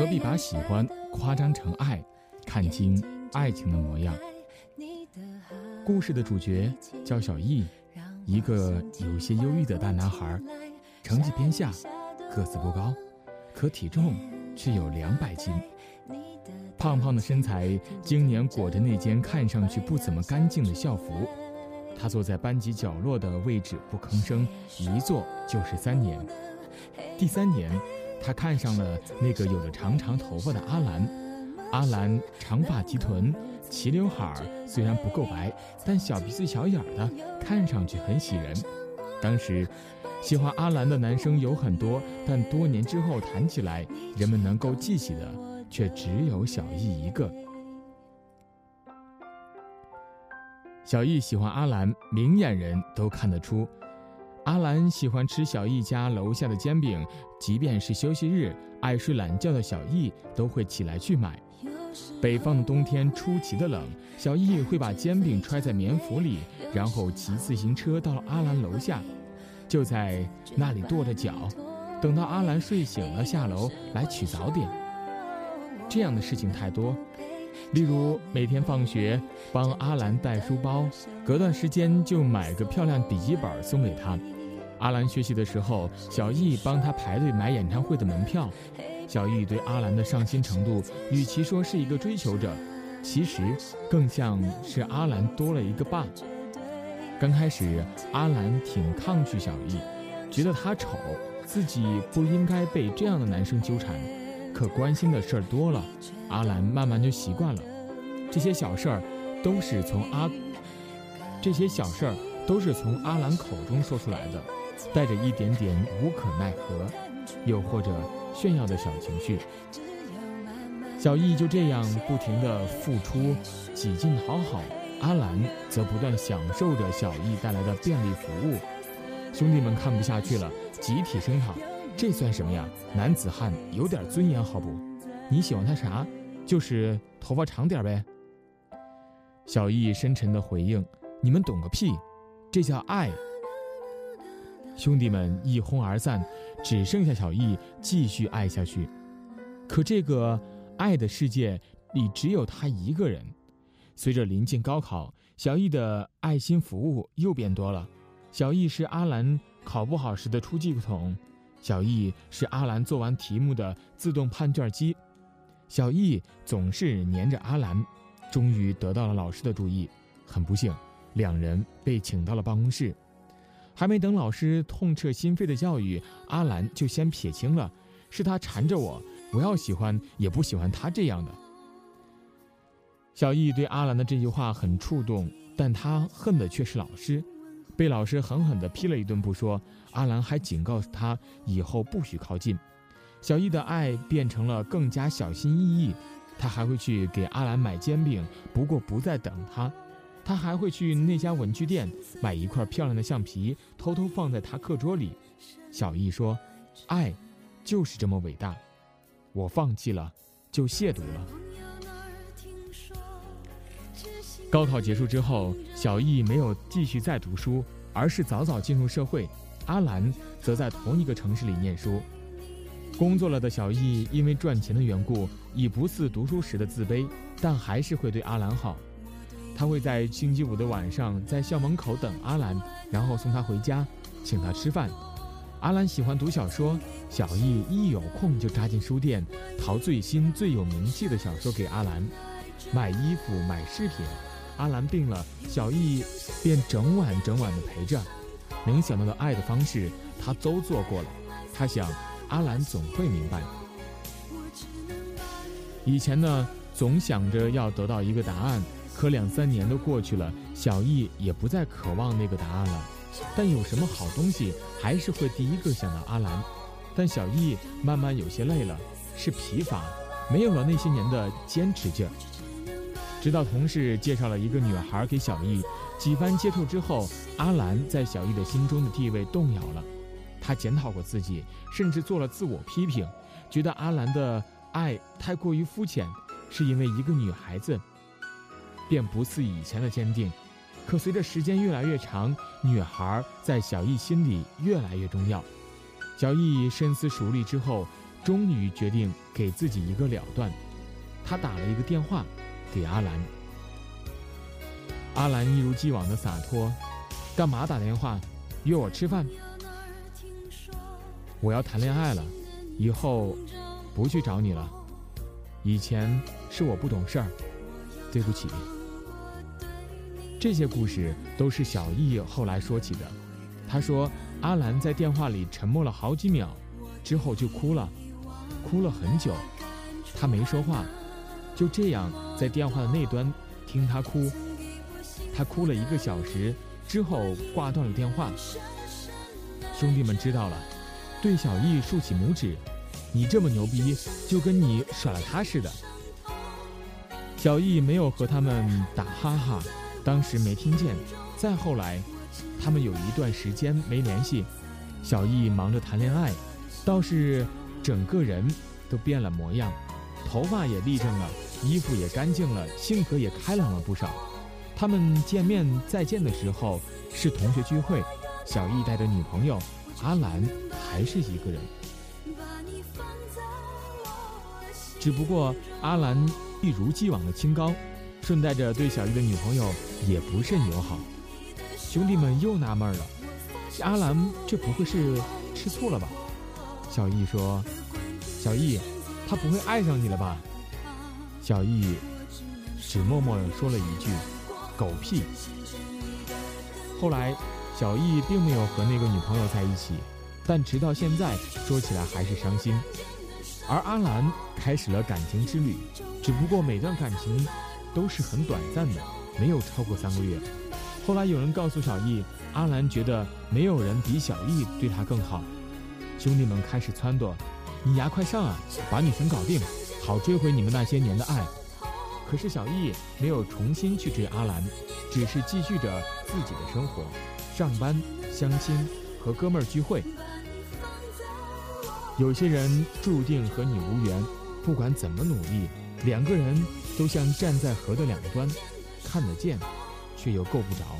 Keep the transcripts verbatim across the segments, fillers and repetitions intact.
必把喜欢夸张成爱，看清爱情的模样。故事的主角叫小易，一个有些忧郁的大男孩，成绩偏下，个子不高，可体重却有两百斤。胖胖的身材经年裹着那件看上去不怎么干净的校服。他坐在班级角落的位置不吭声，一坐就是三年。第三年，他看上了那个有着长长头发的阿兰。阿兰长发及臀，齐刘海儿虽然不够白，但小鼻子小眼的，看上去很喜人。当时喜欢阿兰的男生有很多，但多年之后谈起来，人们能够记起的却只有小易一个。小易喜欢阿兰，明眼人都看得出。阿兰喜欢吃小易家楼下的煎饼，即便是休息日，爱睡懒觉的小易都会起来去买。北方的冬天出奇的冷，小易会把煎饼揣在棉服里，然后骑自行车到了阿兰楼下，就在那里跺着脚，等到阿兰睡醒了下楼来取早点。这样的事情太多，例如每天放学帮阿兰带书包，隔段时间就买个漂亮笔记本送给他。阿兰学习的时候，小易帮他排队买演唱会的门票。小易对阿兰的上心程度，与其说是一个追求者，其实更像是阿兰多了一个伴。刚开始阿兰挺抗拒小易，觉得他丑，自己不应该被这样的男生纠缠。可关心的事儿多了，阿兰慢慢就习惯了。这些小事儿都是从阿这些小事儿都是从阿兰口中说出来的，带着一点点无可奈何，又或者炫耀的小情绪。小易就这样不停地付出，几近讨好，阿兰则不断享受着小易带来的便利服务。兄弟们看不下去了，集体声讨：这算什么呀？男子汉有点尊严好不？你喜欢他啥？就是头发长点呗。小易深沉地回应：你们懂个屁，这叫爱。兄弟们一哄而散，只剩下小易继续爱下去。可这个爱的世界里只有他一个人。随着临近高考，小易的爱心服务又变多了。小易是阿兰考不好时的出气筒，小易是阿兰做完题目的自动判卷机。小易总是黏着阿兰，终于得到了老师的注意。很不幸，两人被请到了办公室。还没等老师痛彻心扉的教育，阿兰就先撇清了，是他缠着我，我要喜欢也不喜欢他这样的。小易对阿兰的这句话很触动，但他恨的却是老师。被老师狠狠地批了一顿不说，阿兰还警告他以后不许靠近。小易的爱变成了更加小心翼翼，他还会去给阿兰买煎饼，不过不再等他。他还会去那家文具店买一块漂亮的橡皮，偷偷放在他课桌里。小易说：爱就是这么伟大，我放弃了就亵渎了。高考结束之后，小易没有继续再读书，而是早早进入社会。阿兰则在同一个城市里念书。工作了的小易因为赚钱的缘故，已不似读书时的自卑，但还是会对阿兰好。他会在星期五的晚上在校门口等阿兰，然后送她回家，请她吃饭。阿兰喜欢读小说，小易一有空就扎进书店，淘最新最有名气的小说给阿兰。买衣服买饰品，阿兰病了，小易便整晚整晚的陪着。能想到的爱的方式他都做过了，他想阿兰总会明白。以前呢，总想着要得到一个答案，可两三年都过去了，小易也不再渴望那个答案了。但有什么好东西还是会第一个想到阿兰。但小易慢慢有些累了，是疲乏，没有了那些年的坚持劲。直到同事介绍了一个女孩给小易，几番接触之后，阿兰在小易的心中的地位动摇了。他检讨过自己，甚至做了自我批评，觉得阿兰的爱太过于肤浅，是因为一个女孩子，便不似以前的坚定。可随着时间越来越长，女孩在小易心里越来越重要。小易深思熟虑之后， 终于决定给自己一个了断，他打了一个电话给阿兰。阿兰一如既往的洒脱，干嘛打电话？约我吃饭？我要谈恋爱了，以后不去找你了。以前是我不懂事儿，对不起。这些故事都是小易后来说起的。他说阿兰在电话里沉默了好几秒，之后就哭了，哭了很久。他没说话，就这样在电话的那端听他哭。他哭了一个小时之后挂断了电话。兄弟们知道了，对小易竖起拇指，你这么牛逼，就跟你甩了他似的。小易没有和他们打哈哈，当时没听见。再后来他们有一段时间没联系，小易忙着谈恋爱，倒是整个人都变了模样，头发也立正了，衣服也干净了，性格也开朗了不少。他们见面再见的时候是同学聚会，小易带着女朋友，阿兰还是一个人。只不过阿兰一如既往的清高，顺带着对小易的女朋友也不甚友好。兄弟们又纳闷了，阿兰这不会是吃醋了吧？小易说，小易他不会爱上你了吧？小易只默默地说了一句，狗屁。后来小易并没有和那个女朋友在一起，但直到现在说起来还是伤心。而阿兰开始了感情之旅，只不过每段感情都是很短暂的，没有超过三个月。后来有人告诉小易，阿兰觉得没有人比小易对他更好。兄弟们开始撺掇，你牙快上啊，把女神搞定，好追回你们那些年的爱。可是小易没有重新去追阿兰，只是继续着自己的生活，上班、相亲和哥们儿聚会。有些人注定和你无缘，不管怎么努力，两个人都像站在河的两端，看得见却又够不着。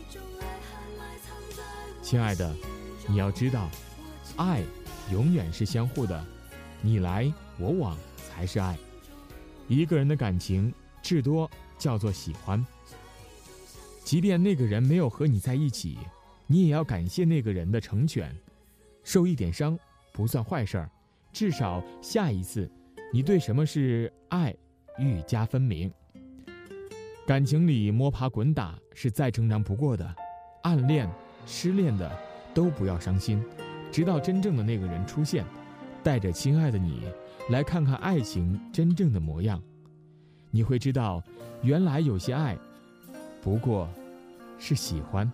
亲爱的，你要知道，爱永远是相互的，你来我往才是爱。一个人的感情至多叫做喜欢，即便那个人没有和你在一起，你也要感谢那个人的成全。受一点伤不算坏事儿，至少下一次你对什么是爱愈加分明。感情里摸爬滚打是再正常不过的，暗恋失恋的都不要伤心，直到真正的那个人出现，带着亲爱的你来看看爱情真正的模样。你会知道，原来有些爱不过是喜欢。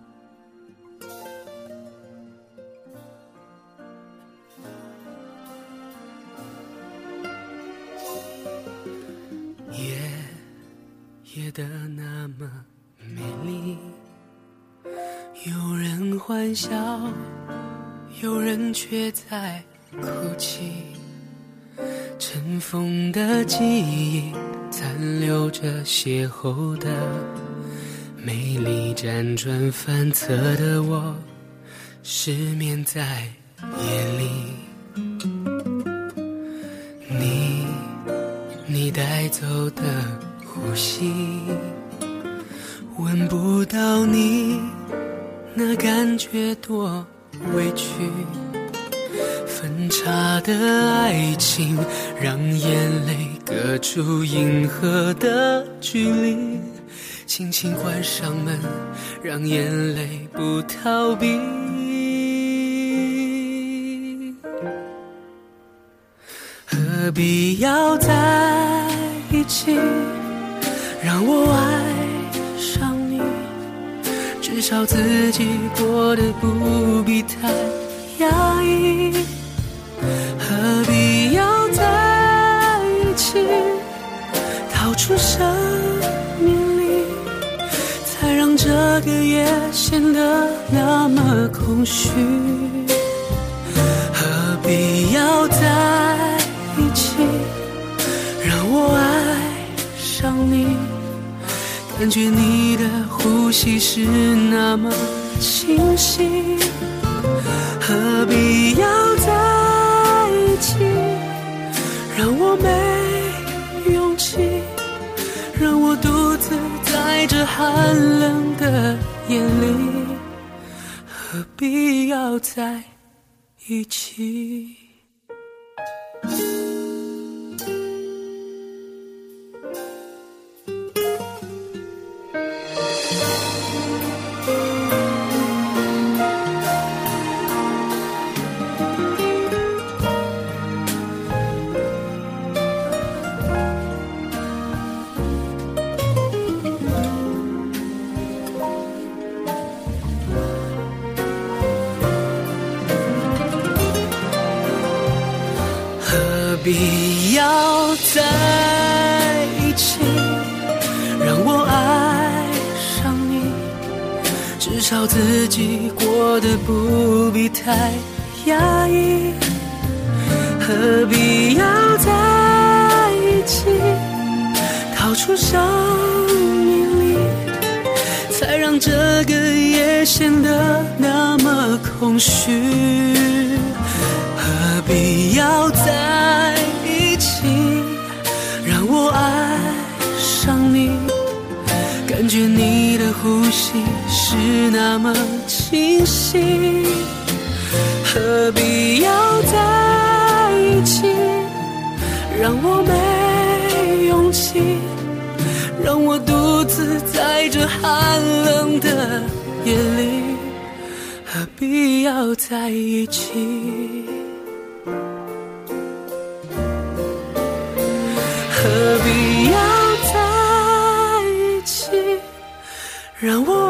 夜夜的那么美丽，有人欢笑，有人却在哭泣。尘封的记忆残留着邂逅的美丽，辗转反侧的我失眠在夜里。你你带走的呼吸，闻不到你那感觉多委屈。分岔的爱情让眼泪隔出银河的距离，轻轻关上门，让眼泪不逃避。何必要在一起，让我爱上你，至少自己过得不必太压抑。何必要在一起，逃出生命里，才让这个夜显得那么空虚。何必要在一起，让我爱上你，感觉你的呼吸是那么清晰。何必要在一起， 我没勇气，让我独自在这寒冷的夜里，何必要在一起？何必要在一起，让我爱上你，至少自己过得不必太压抑。何必要在一起，逃出生命里，才让这个夜显得那么空虚。何必要在一起，让我爱上你，感觉你的呼吸是那么清晰。何必要在一起，让我没勇气，让我独自在这寒冷的夜里，何必要在一起？何必要在一起，让我